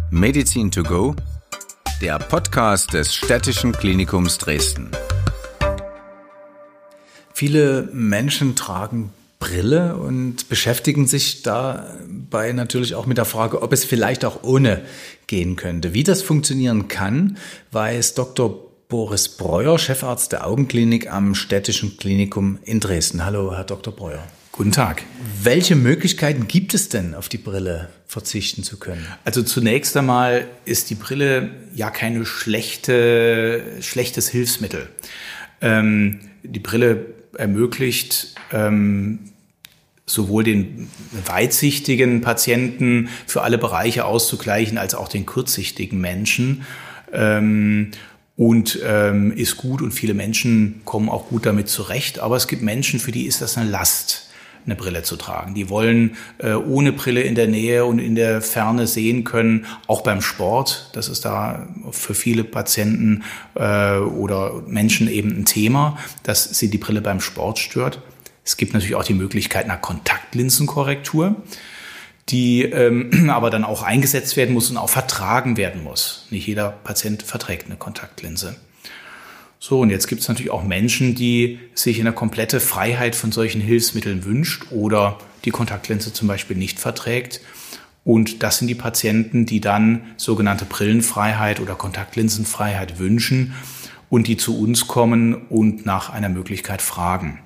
Medizin to go, der Podcast des Städtischen Klinikums Dresden. Viele Menschen tragen Brille und beschäftigen sich dabei natürlich auch mit der Frage, ob es vielleicht auch ohne gehen könnte. Wie das funktionieren kann, weiß Dr. Boris Breuer, Chefarzt der Augenklinik am Städtischen Klinikum in Dresden. Hallo, Herr Dr. Breuer. Guten Tag. Welche Möglichkeiten gibt es denn, auf die Brille verzichten zu können? Also zunächst einmal ist die Brille ja kein schlechtes Hilfsmittel. Die Brille ermöglicht sowohl den weitsichtigen Patienten für alle Bereiche auszugleichen, als auch den kurzsichtigen Menschen. Und ist gut und viele Menschen kommen auch gut damit zurecht. Aber es gibt Menschen, für die ist das eine Last, eine Brille zu tragen. Die wollen ohne Brille in der Nähe und in der Ferne sehen können, auch beim Sport. Das ist da für viele Patienten oder Menschen eben ein Thema, dass sie die Brille beim Sport stört. Es gibt natürlich auch die Möglichkeit einer Kontaktlinsenkorrektur, die aber dann auch eingesetzt werden muss und auch vertragen werden muss. Nicht jeder Patient verträgt eine Kontaktlinse. So, und jetzt gibt es natürlich auch Menschen, die sich eine komplette Freiheit von solchen Hilfsmitteln wünscht oder die Kontaktlinse zum Beispiel nicht verträgt. Und das sind die Patienten, die dann sogenannte Brillenfreiheit oder Kontaktlinsenfreiheit wünschen und die zu uns kommen und nach einer Möglichkeit fragen.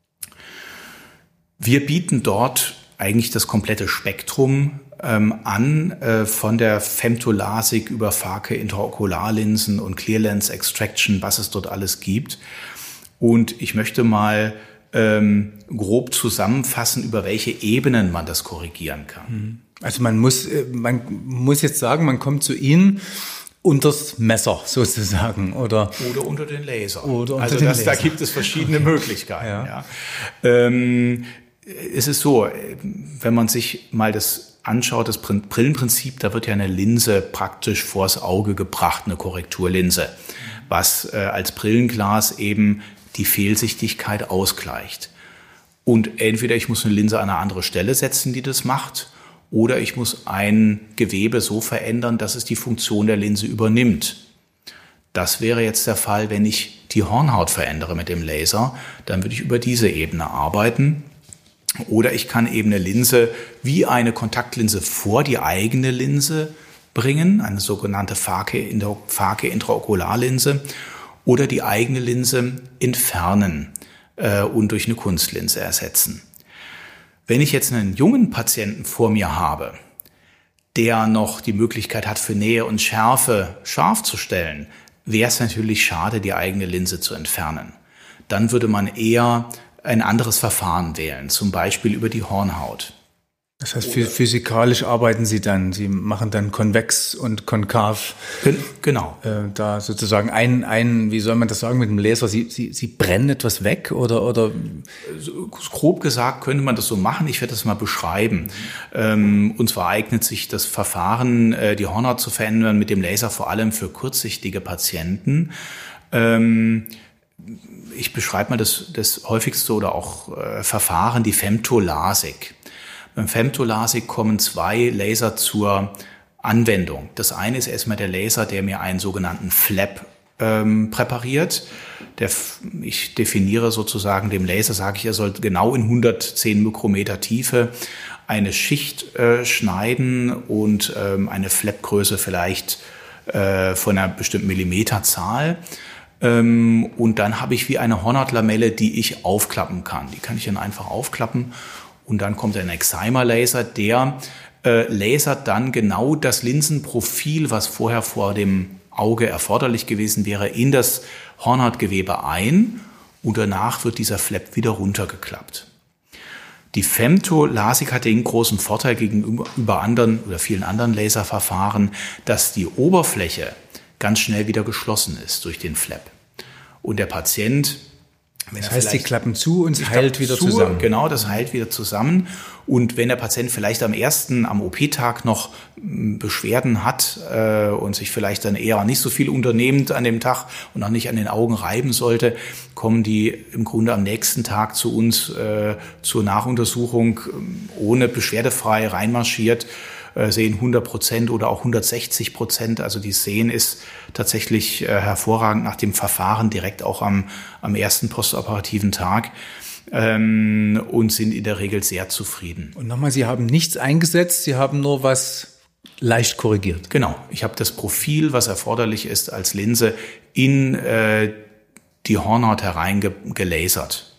Wir bieten dort eigentlich das komplette Spektrum an, von der Femtolasik über Phake Intraokularlinsen und Clear Lens Extraction, was es dort alles gibt. Und ich möchte mal grob zusammenfassen, über welche Ebenen man das korrigieren kann. Also man muss jetzt sagen, man kommt zu Ihnen unters Messer sozusagen oder unter den Laser. Da gibt es verschiedene Möglichkeiten. Ja. Es ist so, wenn man sich mal das anschaut, das Brillenprinzip, da wird ja eine Linse praktisch vors Auge gebracht, eine Korrekturlinse, was als Brillenglas eben die Fehlsichtigkeit ausgleicht. Und entweder ich muss eine Linse an eine andere Stelle setzen, die das macht, oder ich muss ein Gewebe so verändern, dass es die Funktion der Linse übernimmt. Das wäre jetzt der Fall, wenn ich die Hornhaut verändere mit dem Laser, dann würde ich über diese Ebene arbeiten. Oder ich kann eben eine Linse wie eine Kontaktlinse vor die eigene Linse bringen, eine sogenannte Phake Intraokularlinse, oder die eigene Linse entfernen und durch eine Kunstlinse ersetzen. Wenn ich jetzt einen jungen Patienten vor mir habe, der noch die Möglichkeit hat, für Nähe und Schärfe scharf zu stellen, wäre es natürlich schade, die eigene Linse zu entfernen. Dann würde man eher ein anderes Verfahren wählen, zum Beispiel über die Hornhaut. Das heißt, physikalisch arbeiten Sie dann, Sie machen dann konvex und konkav. Genau. Da sozusagen wie soll man das sagen mit dem Laser, Sie brennen etwas weg oder? Grob gesagt könnte man das so machen, ich werde das mal beschreiben. Und zwar eignet sich das Verfahren, die Hornhaut zu verändern mit dem Laser vor allem für kurzsichtige Patienten. Ich beschreibe mal das häufigste oder auch Verfahren, die Femtolasik. Beim Femtolasik kommen zwei Laser zur Anwendung. Das eine ist erstmal der Laser, der mir einen sogenannten Flap präpariert. Ich definiere sozusagen dem Laser, sage ich, er soll genau in 110 Mikrometer Tiefe eine Schicht schneiden und eine Flapgröße vielleicht von einer bestimmten Millimeterzahl. Und dann habe ich wie eine Hornhautlamelle, die ich aufklappen kann. Die kann ich dann einfach aufklappen und dann kommt ein Excimer-Laser, der lasert dann genau das Linsenprofil, was vorher vor dem Auge erforderlich gewesen wäre, in das Hornhautgewebe ein und danach wird dieser Flap wieder runtergeklappt. Die Femtolasik hat den großen Vorteil gegenüber anderen oder vielen anderen Laserverfahren, dass die Oberfläche ganz schnell wieder geschlossen ist durch den Flap. Und der Patient, das heißt, sie klappen zu und es heilt wieder zusammen. Genau, das heilt wieder zusammen. Und wenn der Patient vielleicht am OP-Tag noch Beschwerden hat und sich vielleicht dann eher nicht so viel unternehmend an dem Tag und auch nicht an den Augen reiben sollte, kommen die im Grunde am nächsten Tag zu uns zur Nachuntersuchung ohne beschwerdefrei reinmarschiert sehen 100% oder auch 160%. Also die Sehen ist tatsächlich hervorragend nach dem Verfahren direkt auch am ersten postoperativen Tag. Und sind in der Regel sehr zufrieden. Und nochmal, Sie haben nichts eingesetzt, Sie haben nur was leicht korrigiert. Genau, ich habe das Profil, was erforderlich ist, als Linse in die Hornhaut hereingelasert.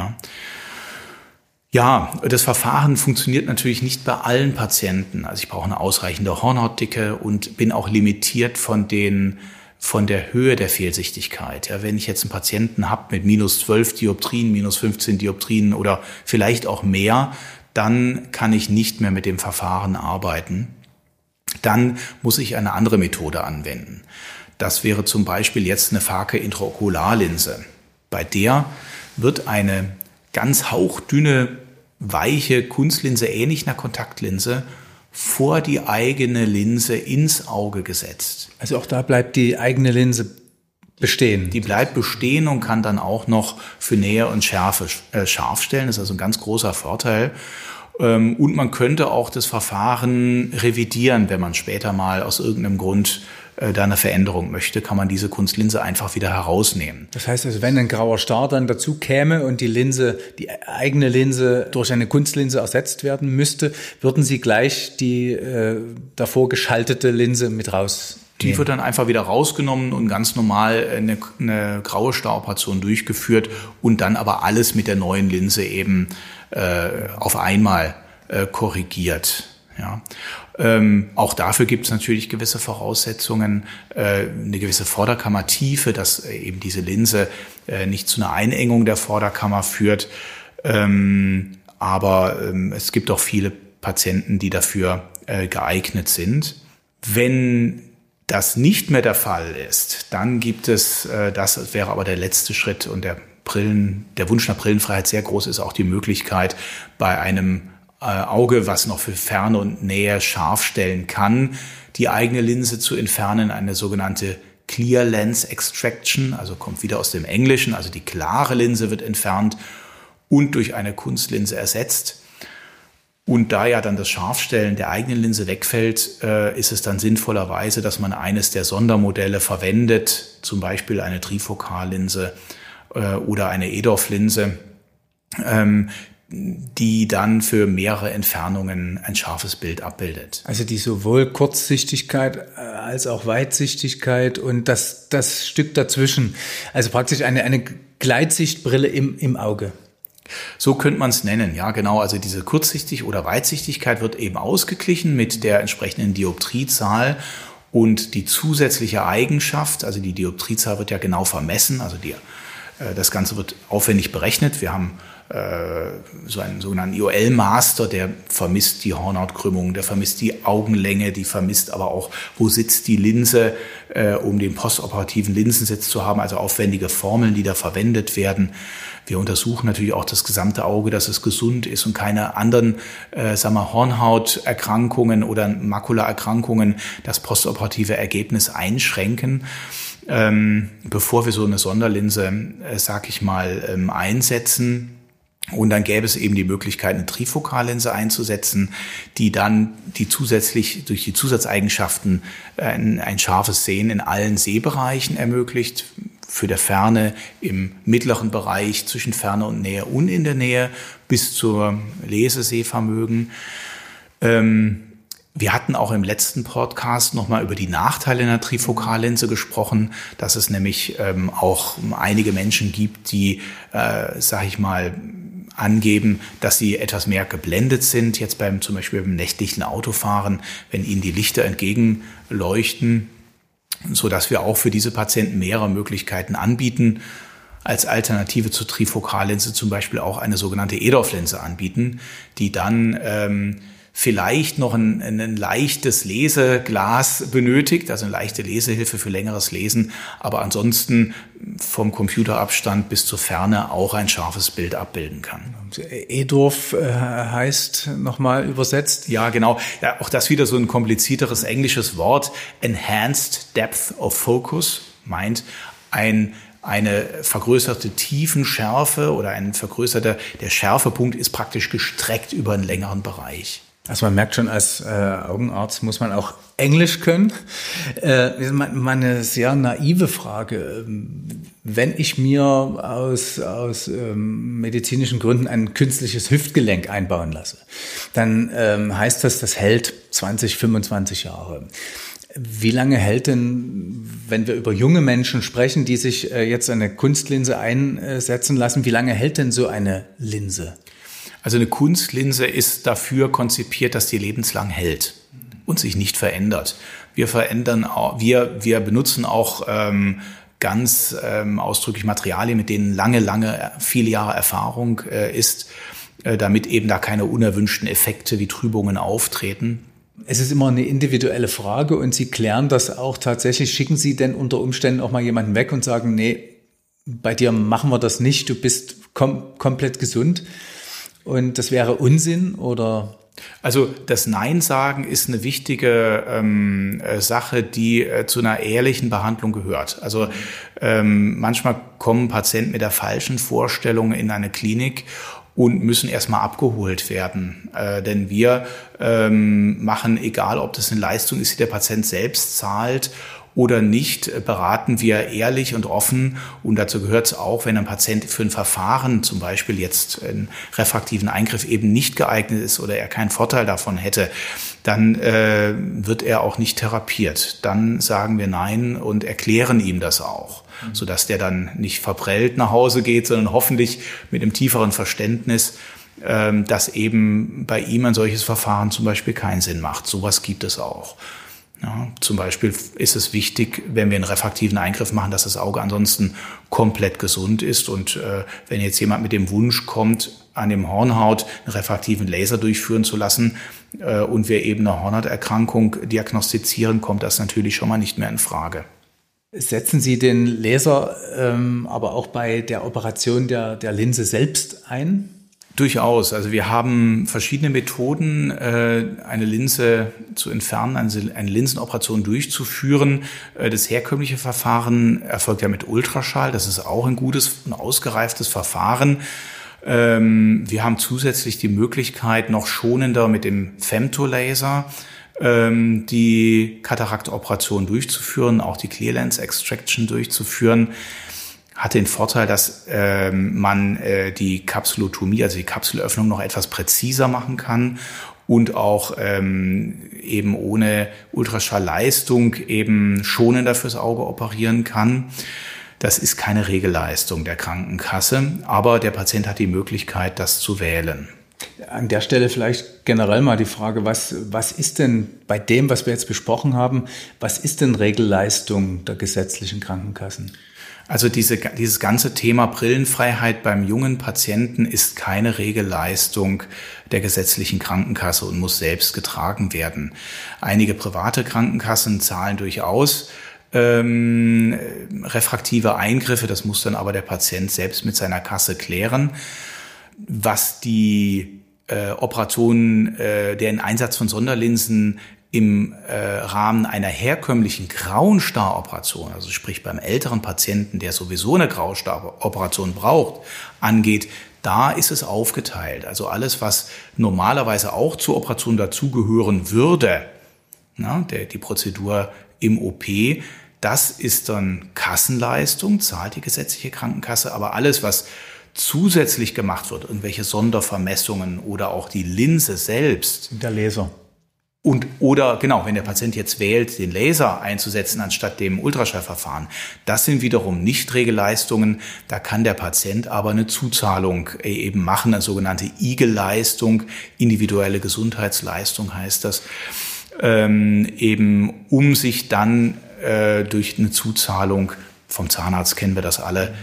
Ja, das Verfahren funktioniert natürlich nicht bei allen Patienten. Also ich brauche eine ausreichende Hornhautdicke und bin auch limitiert von der Höhe der Fehlsichtigkeit. Ja, wenn ich jetzt einen Patienten habe mit minus 12 Dioptrien, minus 15 Dioptrien oder vielleicht auch mehr, dann kann ich nicht mehr mit dem Verfahren arbeiten. Dann muss ich eine andere Methode anwenden. Das wäre zum Beispiel jetzt eine Phake Intraokularlinse. Bei der wird eine ganz hauchdünne, weiche Kunstlinse, ähnlich einer Kontaktlinse, vor die eigene Linse ins Auge gesetzt. Also auch da bleibt die eigene Linse bestehen. Die bleibt bestehen und kann dann auch noch für Nähe und Schärfe scharf stellen. Das ist also ein ganz großer Vorteil. Und man könnte auch das Verfahren revidieren, wenn man später mal aus irgendeinem Grund da eine Veränderung möchte, kann man diese Kunstlinse einfach wieder herausnehmen. Das heißt also, wenn ein grauer Star dann dazu käme und die eigene Linse durch eine Kunstlinse ersetzt werden müsste, würden Sie gleich die davor geschaltete Linse mit rausnehmen? Die wird dann einfach wieder rausgenommen und ganz normal eine graue Staroperation durchgeführt und dann aber alles mit der neuen Linse eben auf einmal korrigiert. Ja. Auch dafür gibt es natürlich gewisse Voraussetzungen, eine gewisse Vorderkammertiefe, dass eben diese Linse nicht zu einer Einengung der Vorderkammer führt. Aber es gibt auch viele Patienten, die dafür geeignet sind. Wenn das nicht mehr der Fall ist, dann gibt es, das wäre aber der letzte Schritt und der Wunsch nach Brillenfreiheit sehr groß ist, auch die Möglichkeit bei einem Auge, was noch für Ferne und Nähe scharf stellen kann, die eigene Linse zu entfernen, eine sogenannte Clear Lens Extraction, also kommt wieder aus dem Englischen, also die klare Linse wird entfernt und durch eine Kunstlinse ersetzt. Und da ja dann das Scharfstellen der eigenen Linse wegfällt, ist es dann sinnvollerweise, dass man eines der Sondermodelle verwendet, zum Beispiel eine Trifokallinse oder eine Edorf-Linse, die dann für mehrere Entfernungen ein scharfes Bild abbildet. Also die sowohl Kurzsichtigkeit als auch Weitsichtigkeit und das Stück dazwischen. Also praktisch eine Gleitsichtbrille im Auge. So könnte man es nennen, ja genau. Also diese Kurzsichtig- oder Weitsichtigkeit wird eben ausgeglichen mit der entsprechenden Dioptriezahl und die zusätzliche Eigenschaft, also die Dioptriezahl wird ja genau vermessen, also das Ganze wird aufwendig berechnet. Wir haben so einen sogenannten IOL-Master, der vermisst die Hornhautkrümmung, der vermisst die Augenlänge, die vermisst aber auch, wo sitzt die Linse, um den postoperativen Linsensitz zu haben, also aufwendige Formeln, die da verwendet werden. Wir untersuchen natürlich auch das gesamte Auge, dass es gesund ist und keine anderen Hornhauterkrankungen oder Makulaerkrankungen das postoperative Ergebnis einschränken. Bevor wir so eine Sonderlinse, einsetzen. Und dann gäbe es eben die Möglichkeit, eine Trifokallinse einzusetzen, die dann zusätzlich durch die Zusatzeigenschaften ein scharfes Sehen in allen Sehbereichen ermöglicht, für der Ferne im mittleren Bereich zwischen Ferne und Nähe und in der Nähe bis zur Lesesehvermögen. Wir hatten auch im letzten Podcast nochmal über die Nachteile einer Trifokallinse gesprochen, dass es nämlich auch einige Menschen gibt, die, angeben, dass sie etwas mehr geblendet sind, jetzt zum Beispiel beim nächtlichen Autofahren, wenn ihnen die Lichter entgegenleuchten, so dass wir auch für diese Patienten mehrere Möglichkeiten anbieten. Als Alternative zur Trifokallinse zum Beispiel auch eine sogenannte Edorf-Linse anbieten, die dann vielleicht noch ein leichtes Leseglas benötigt, also eine leichte Lesehilfe für längeres Lesen, aber ansonsten vom Computerabstand bis zur Ferne auch ein scharfes Bild abbilden kann. Edorf heißt nochmal übersetzt? Ja, genau. Ja, auch das wieder so ein komplizierteres englisches Wort. Enhanced Depth of Focus meint eine vergrößerte Tiefenschärfe oder der Schärfepunkt ist praktisch gestreckt über einen längeren Bereich. Also man merkt schon, als Augenarzt muss man auch Englisch können. Meine sehr naive Frage. Wenn ich mir aus medizinischen Gründen ein künstliches Hüftgelenk einbauen lasse, dann heißt das hält 20, 25 Jahre. Wie lange hält denn, wenn wir über junge Menschen sprechen, die sich jetzt eine Kunstlinse einsetzen lassen, wie lange hält denn so eine Linse? Also eine Kunstlinse ist dafür konzipiert, dass die lebenslang hält und sich nicht verändert. Wir benutzen auch ganz ausdrücklich Materialien, mit denen viele Jahre Erfahrung ist, damit eben da keine unerwünschten Effekte wie Trübungen auftreten. Es ist immer eine individuelle Frage und Sie klären das auch tatsächlich. Schicken Sie denn unter Umständen auch mal jemanden weg und sagen, nee, bei dir machen wir das nicht, du bist komplett gesund? Und das wäre Unsinn, oder? Also das Nein sagen ist eine wichtige Sache, die zu einer ehrlichen Behandlung gehört. Also manchmal kommen Patienten mit der falschen Vorstellung in eine Klinik und müssen erstmal abgeholt werden. Denn wir machen, egal ob das eine Leistung ist, die der Patient selbst zahlt oder nicht, beraten wir ehrlich und offen. Und dazu gehört es auch, wenn ein Patient für ein Verfahren, zum Beispiel jetzt einen refraktiven Eingriff, eben nicht geeignet ist oder er keinen Vorteil davon hätte, dann wird er auch nicht therapiert. Dann sagen wir Nein und erklären ihm das auch, sodass der dann nicht verprellt nach Hause geht, sondern hoffentlich mit einem tieferen Verständnis, dass eben bei ihm ein solches Verfahren zum Beispiel keinen Sinn macht. Sowas gibt es auch. Ja, zum Beispiel ist es wichtig, wenn wir einen refraktiven Eingriff machen, dass das Auge ansonsten komplett gesund ist. Und wenn jetzt jemand mit dem Wunsch kommt, an dem Hornhaut einen refraktiven Laser durchführen zu lassen und wir eben eine Hornhauterkrankung diagnostizieren, kommt das natürlich schon mal nicht mehr in Frage. Setzen Sie den Laser aber auch bei der Operation der Linse selbst ein? Durchaus. Also wir haben verschiedene Methoden, eine Linse zu entfernen, eine Linsenoperation durchzuführen. Das herkömmliche Verfahren erfolgt ja mit Ultraschall. Das ist auch ein gutes und ausgereiftes Verfahren. Wir haben zusätzlich die Möglichkeit, noch schonender mit dem Femtolaser die Kataraktoperation durchzuführen, auch die Clear Lens Extraction durchzuführen. Hat den Vorteil, dass man die Kapsulotomie, also die Kapselöffnung, noch etwas präziser machen kann und auch eben ohne Ultraschallleistung eben schonender fürs Auge operieren kann. Das ist keine Regelleistung der Krankenkasse, aber der Patient hat die Möglichkeit, das zu wählen. An der Stelle vielleicht generell mal die Frage, was ist denn bei dem, was wir jetzt besprochen haben, was ist denn Regelleistung der gesetzlichen Krankenkassen? Also dieses ganze Thema Brillenfreiheit beim jungen Patienten ist keine Regelleistung der gesetzlichen Krankenkasse und muss selbst getragen werden. Einige private Krankenkassen zahlen durchaus refraktive Eingriffe, das muss dann aber der Patient selbst mit seiner Kasse klären. Was die Operationen, den Einsatz von Sonderlinsen im Rahmen einer herkömmlichen Grauenstaroperation, also sprich beim älteren Patienten, der sowieso eine Grauenstaroperation braucht, angeht, da ist es aufgeteilt. Also alles, was normalerweise auch zur Operation dazugehören würde, die Prozedur im OP, das ist dann Kassenleistung, zahlt die gesetzliche Krankenkasse, aber alles, was zusätzlich gemacht wird, irgendwelche Sondervermessungen oder auch die Linse selbst. Der Laser. Oder wenn der Patient jetzt wählt, den Laser einzusetzen anstatt dem Ultraschallverfahren, das sind wiederum nicht Regelleistungen. Da kann der Patient aber eine Zuzahlung eben machen, eine sogenannte IG-Leistung, individuelle Gesundheitsleistung heißt das, eben um sich dann durch eine Zuzahlung, vom Zahnarzt kennen wir das alle,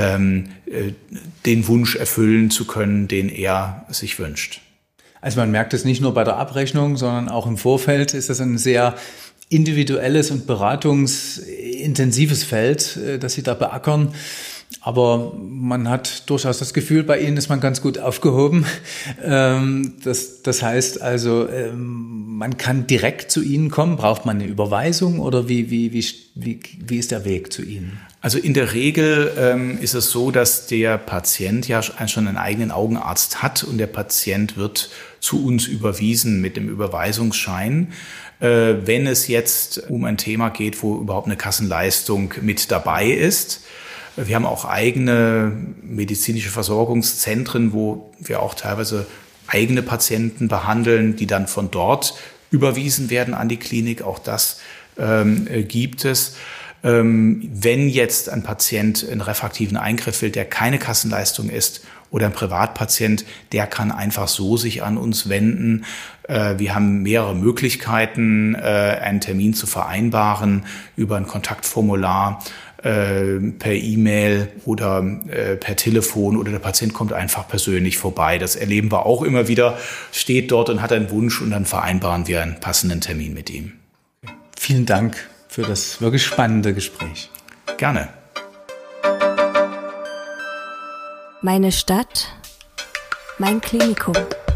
den Wunsch erfüllen zu können, den er sich wünscht. Also man merkt es nicht nur bei der Abrechnung, sondern auch im Vorfeld ist das ein sehr individuelles und beratungsintensives Feld, das Sie da beackern. Aber man hat durchaus das Gefühl, bei Ihnen ist man ganz gut aufgehoben. Das heißt also, man kann direkt zu Ihnen kommen. Braucht man eine Überweisung oder wie ist der Weg zu Ihnen? Also in der Regel ist es so, dass der Patient ja schon einen eigenen Augenarzt hat und der Patient wird zu uns überwiesen mit dem Überweisungsschein. Wenn es jetzt um ein Thema geht, wo überhaupt eine Kassenleistung mit dabei ist. Wir haben auch eigene medizinische Versorgungszentren, wo wir auch teilweise eigene Patienten behandeln, die dann von dort überwiesen werden an die Klinik. Auch das gibt es. Wenn jetzt ein Patient einen refraktiven Eingriff will, der keine Kassenleistung ist, oder ein Privatpatient, der kann einfach so sich an uns wenden. Wir haben mehrere Möglichkeiten, einen Termin zu vereinbaren über ein Kontaktformular, per E-Mail oder per Telefon, oder der Patient kommt einfach persönlich vorbei. Das erleben wir auch immer wieder, steht dort und hat einen Wunsch, und dann vereinbaren wir einen passenden Termin mit ihm. Vielen Dank für das wirklich spannende Gespräch. Gerne. Meine Stadt, mein Klinikum.